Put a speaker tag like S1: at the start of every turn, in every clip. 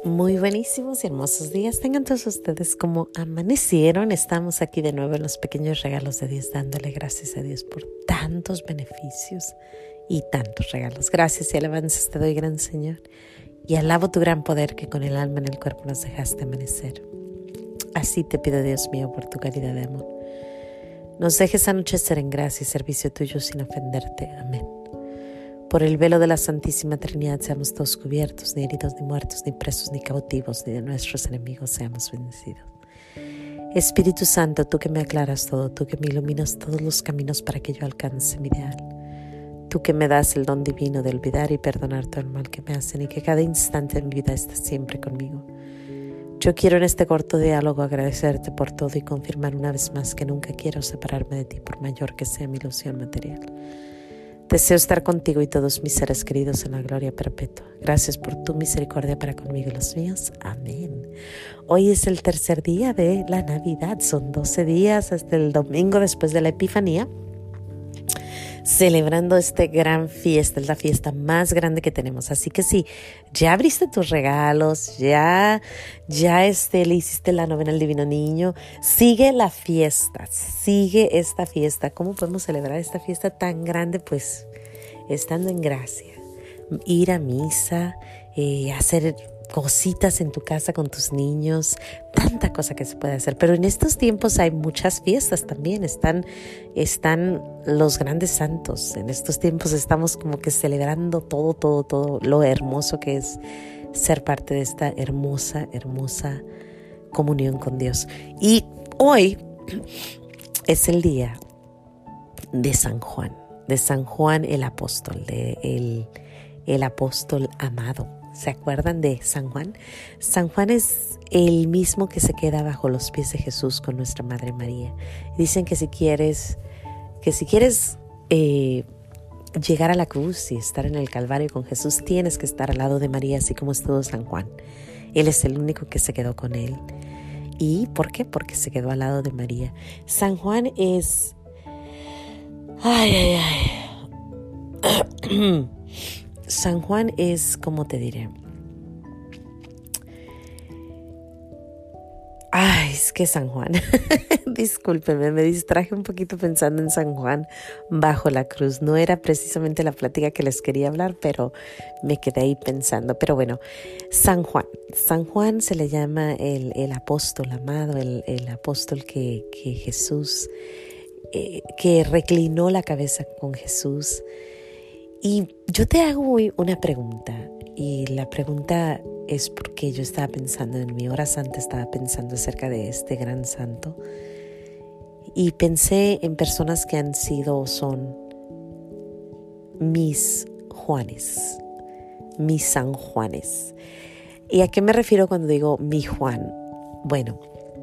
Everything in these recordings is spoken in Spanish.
S1: Muy buenísimos y hermosos días tengan todos ustedes como amanecieron. Estamos aquí de nuevo en los pequeños regalos de Dios, dándole gracias a Dios por tantos beneficios y tantos regalos. Gracias y alabanzas te doy, gran Señor, y alabo tu gran poder que con el alma en el cuerpo nos dejaste amanecer. Así te pido, Dios mío, por tu caridad de amor, nos dejes anochecer en gracia y servicio tuyo sin ofenderte. Amén. Por el velo de la Santísima Trinidad seamos todos cubiertos, ni heridos, ni muertos, ni presos, ni cautivos, ni de nuestros enemigos seamos bendecidos. Espíritu Santo, tú que me aclaras todo, tú que me iluminas todos los caminos para que yo alcance mi ideal. Tú que me das el don divino de olvidar y perdonar todo el mal que me hacen y que cada instante de mi vida estés siempre conmigo. Yo quiero en este corto diálogo agradecerte por todo y confirmar una vez más que nunca quiero separarme de ti por mayor que sea mi ilusión material. Deseo estar contigo y todos mis seres queridos en la gloria perpetua. Gracias por tu misericordia para conmigo y los míos. Amén. Hoy es el tercer día de la Navidad. Son 12 días hasta el domingo después de la Epifanía, celebrando esta gran fiesta. Es la fiesta más grande que tenemos. Así que sí, ya abriste tus regalos, ya le hiciste la novena al Divino Niño. Sigue la fiesta, sigue esta fiesta. ¿Cómo podemos celebrar esta fiesta tan grande? Pues estando en gracia, ir a misa, hacer cositas en tu casa con tus niños, tanta cosa que se puede hacer. Pero en estos tiempos hay muchas fiestas también, están los grandes santos. En estos tiempos estamos como que celebrando todo lo hermoso que es ser parte de esta hermosa comunión con Dios. Y hoy es el día de San Juan el apóstol, el apóstol amado. ¿Se acuerdan de San Juan? San Juan es el mismo que se queda bajo los pies de Jesús con nuestra Madre María. Dicen que si quieres llegar a la cruz y estar en el Calvario con Jesús, tienes que estar al lado de María, así como estuvo San Juan. Él es el único que se quedó con él. ¿Y por qué? Porque se quedó al lado de María. San Juan es... San Juan es, ¿cómo te diré? Es que San Juan, discúlpenme, me distraje un poquito pensando en San Juan bajo la cruz. No era precisamente la plática que les quería hablar, pero me quedé ahí pensando. Pero bueno, San Juan se le llama el apóstol amado, el apóstol que Jesús, que reclinó la cabeza con Jesús. Y yo te hago hoy una pregunta, y la pregunta es porque yo estaba pensando en mi hora santa, estaba pensando acerca de este gran santo, y pensé en personas que han sido o son mis Juanes, mis San Juanes. ¿Y a qué me refiero cuando digo mi Juan? Bueno,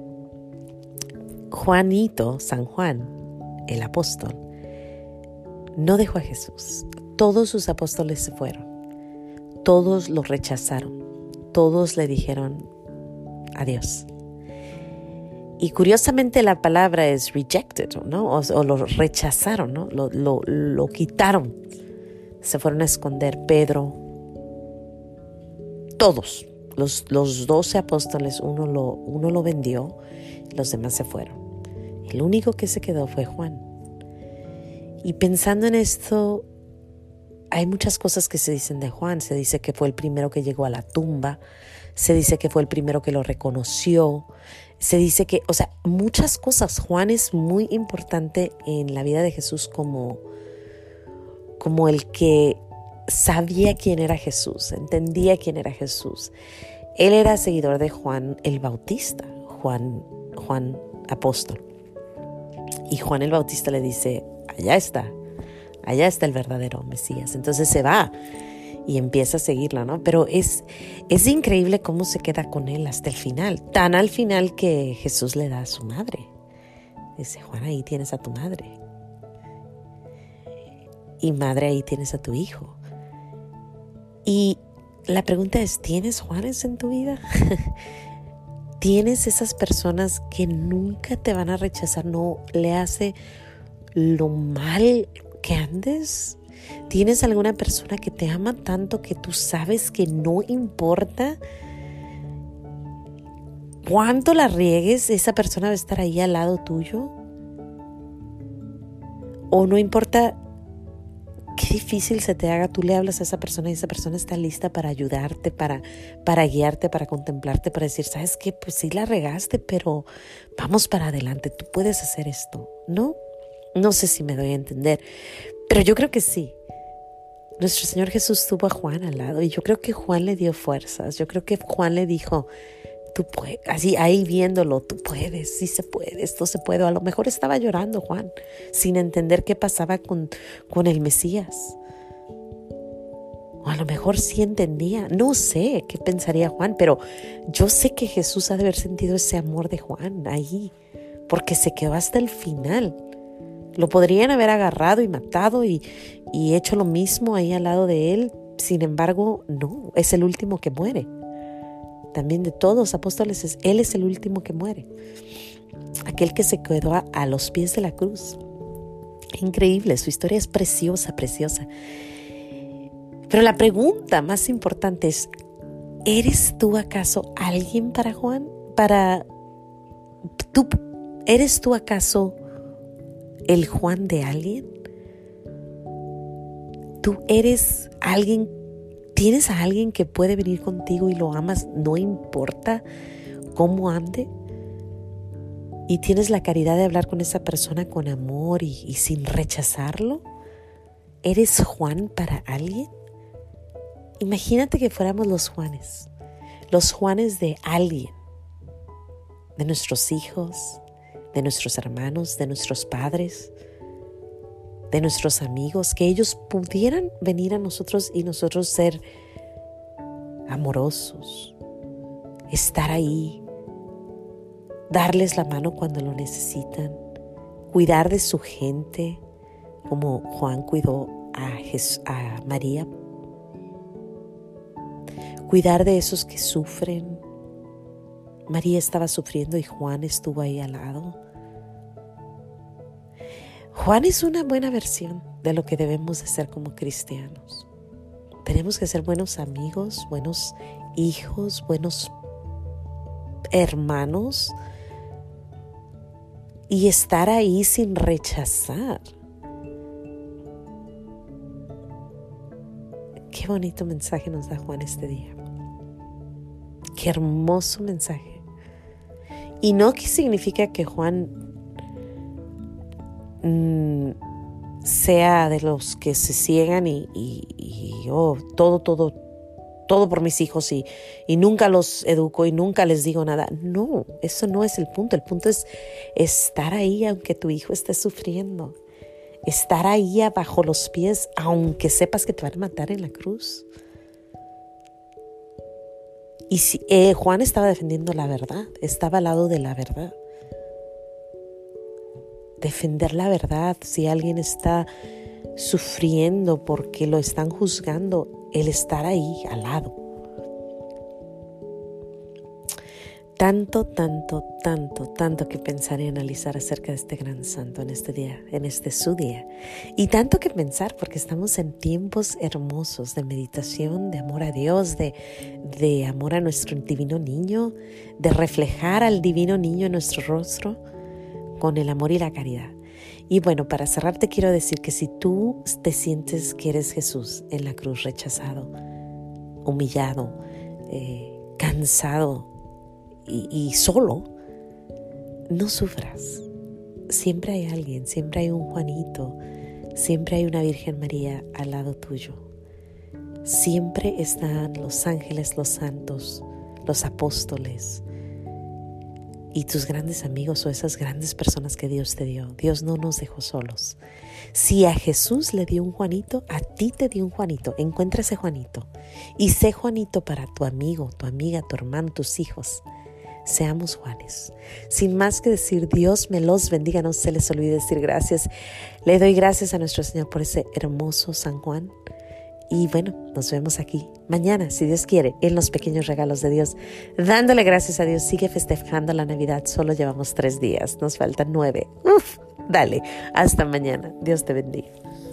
S1: Juanito, San Juan, el apóstol, no dejó a Jesús. Todos sus apóstoles se fueron, todos lo rechazaron, todos le dijeron adiós. Y curiosamente la palabra es rejected, ¿no? O lo rechazaron, ¿no? Lo quitaron, se fueron a esconder. Pedro, todos, los 12 apóstoles, uno lo vendió, los demás se fueron. El único que se quedó fue Juan. Y pensando en esto, hay muchas cosas que se dicen de Juan. Se dice que fue el primero que llegó a la tumba. Se dice que fue el primero que lo reconoció. Se dice que, muchas cosas. Juan es muy importante en la vida de Jesús como el que sabía quién era Jesús, entendía quién era Jesús. Él era seguidor de Juan el Bautista, Juan apóstol. Y Juan el Bautista le dice, allá está el verdadero Mesías. Entonces se va y empieza a seguirlo, ¿no? Pero es increíble cómo se queda con él hasta el final. Tan al final que Jesús le da a su madre. Dice, Juan, ahí tienes a tu madre. Y madre, ahí tienes a tu hijo. Y la pregunta es, ¿tienes Juanes en tu vida? ¿Tienes esas personas que nunca te van a rechazar? ¿No le hace lo mal que andes? ¿Tienes alguna persona que te ama tanto que tú sabes que no importa cuánto la riegues, esa persona va a estar ahí al lado tuyo. O no importa qué difícil se te haga, tú le hablas a esa persona y esa persona está lista para ayudarte, para guiarte, para contemplarte, para decir, ¿sabes qué? Pues sí la regaste, pero vamos para adelante, tú puedes hacer esto, ¿no? No sé si me doy a entender, pero yo creo que sí. Nuestro Señor Jesús tuvo a Juan al lado y yo creo que Juan le dio fuerzas. Yo creo que Juan le dijo, tú puedes, así ahí viéndolo, tú puedes, sí se puede, esto se puede. A lo mejor estaba llorando Juan, sin entender qué pasaba con el Mesías. O a lo mejor sí entendía, no sé qué pensaría Juan, pero yo sé que Jesús ha de haber sentido ese amor de Juan ahí, porque se quedó hasta el final. Lo podrían haber agarrado y matado y hecho lo mismo ahí al lado de él. Sin embargo, no, es el último que muere. También de todos los apóstoles, él es el último que muere. Aquel que se quedó a los pies de la cruz. Increíble, su historia es preciosa, preciosa. Pero la pregunta más importante es, ¿eres tú acaso alguien para Juan? ¿Eres tú acaso el Juan de alguien? ¿Tú eres alguien? ¿Tienes a alguien que puede venir contigo y lo amas, no importa cómo ande? ¿Y tienes la caridad de hablar con esa persona con amor y sin rechazarlo? ¿Eres Juan para alguien? Imagínate que fuéramos los Juanes de alguien, de nuestros hijos, de nuestros hermanos, de nuestros padres, de nuestros amigos, que ellos pudieran venir a nosotros y nosotros ser amorosos, estar ahí, darles la mano cuando lo necesitan, cuidar de su gente, como Juan cuidó a María, cuidar de esos que sufren. María estaba sufriendo y Juan estuvo ahí al lado. Juan es una buena versión de lo que debemos de ser como cristianos. Tenemos que ser buenos amigos, buenos hijos, buenos hermanos y estar ahí sin rechazar. Qué bonito mensaje nos da Juan este día. Qué hermoso mensaje. Y no que significa que Juan sea de los que se ciegan y todo por mis hijos y nunca los educo y nunca les digo nada. No, eso no es el punto. El punto es estar ahí aunque tu hijo esté sufriendo. Estar ahí abajo los pies aunque sepas que te van a matar en la cruz. Y Juan estaba defendiendo la verdad, estaba al lado de la verdad. Defender la verdad, si alguien está sufriendo porque lo están juzgando, el estar ahí al lado. Tanto que pensar y analizar acerca de este gran santo en este día, en este su día. Y tanto que pensar porque estamos en tiempos hermosos de meditación, de amor a Dios, de amor a nuestro divino niño, de reflejar al divino niño en nuestro rostro con el amor y la caridad. Y bueno, para cerrar te quiero decir que si tú te sientes que eres Jesús en la cruz, rechazado, humillado, cansado, y solo, no sufras. Siempre hay alguien, siempre hay un Juanito, siempre hay una Virgen María al lado tuyo. Siempre están los ángeles, los santos, los apóstoles y tus grandes amigos o esas grandes personas que Dios te dio. Dios no nos dejó solos. Si a Jesús le dio un Juanito, a ti te dio un Juanito. Encuentra ese Juanito y sé Juanito para tu amigo, tu amiga, tu hermano, tus hijos. Seamos Juanes. Sin más que decir, Dios me los bendiga. No se les olvide decir gracias. Le doy gracias a nuestro Señor por ese hermoso San Juan. Y bueno, nos vemos aquí mañana, si Dios quiere, en los pequeños regalos de Dios. Dándole gracias a Dios. Sigue festejando la Navidad. Solo llevamos 3 días. Nos faltan 9. Dale. Hasta mañana. Dios te bendiga.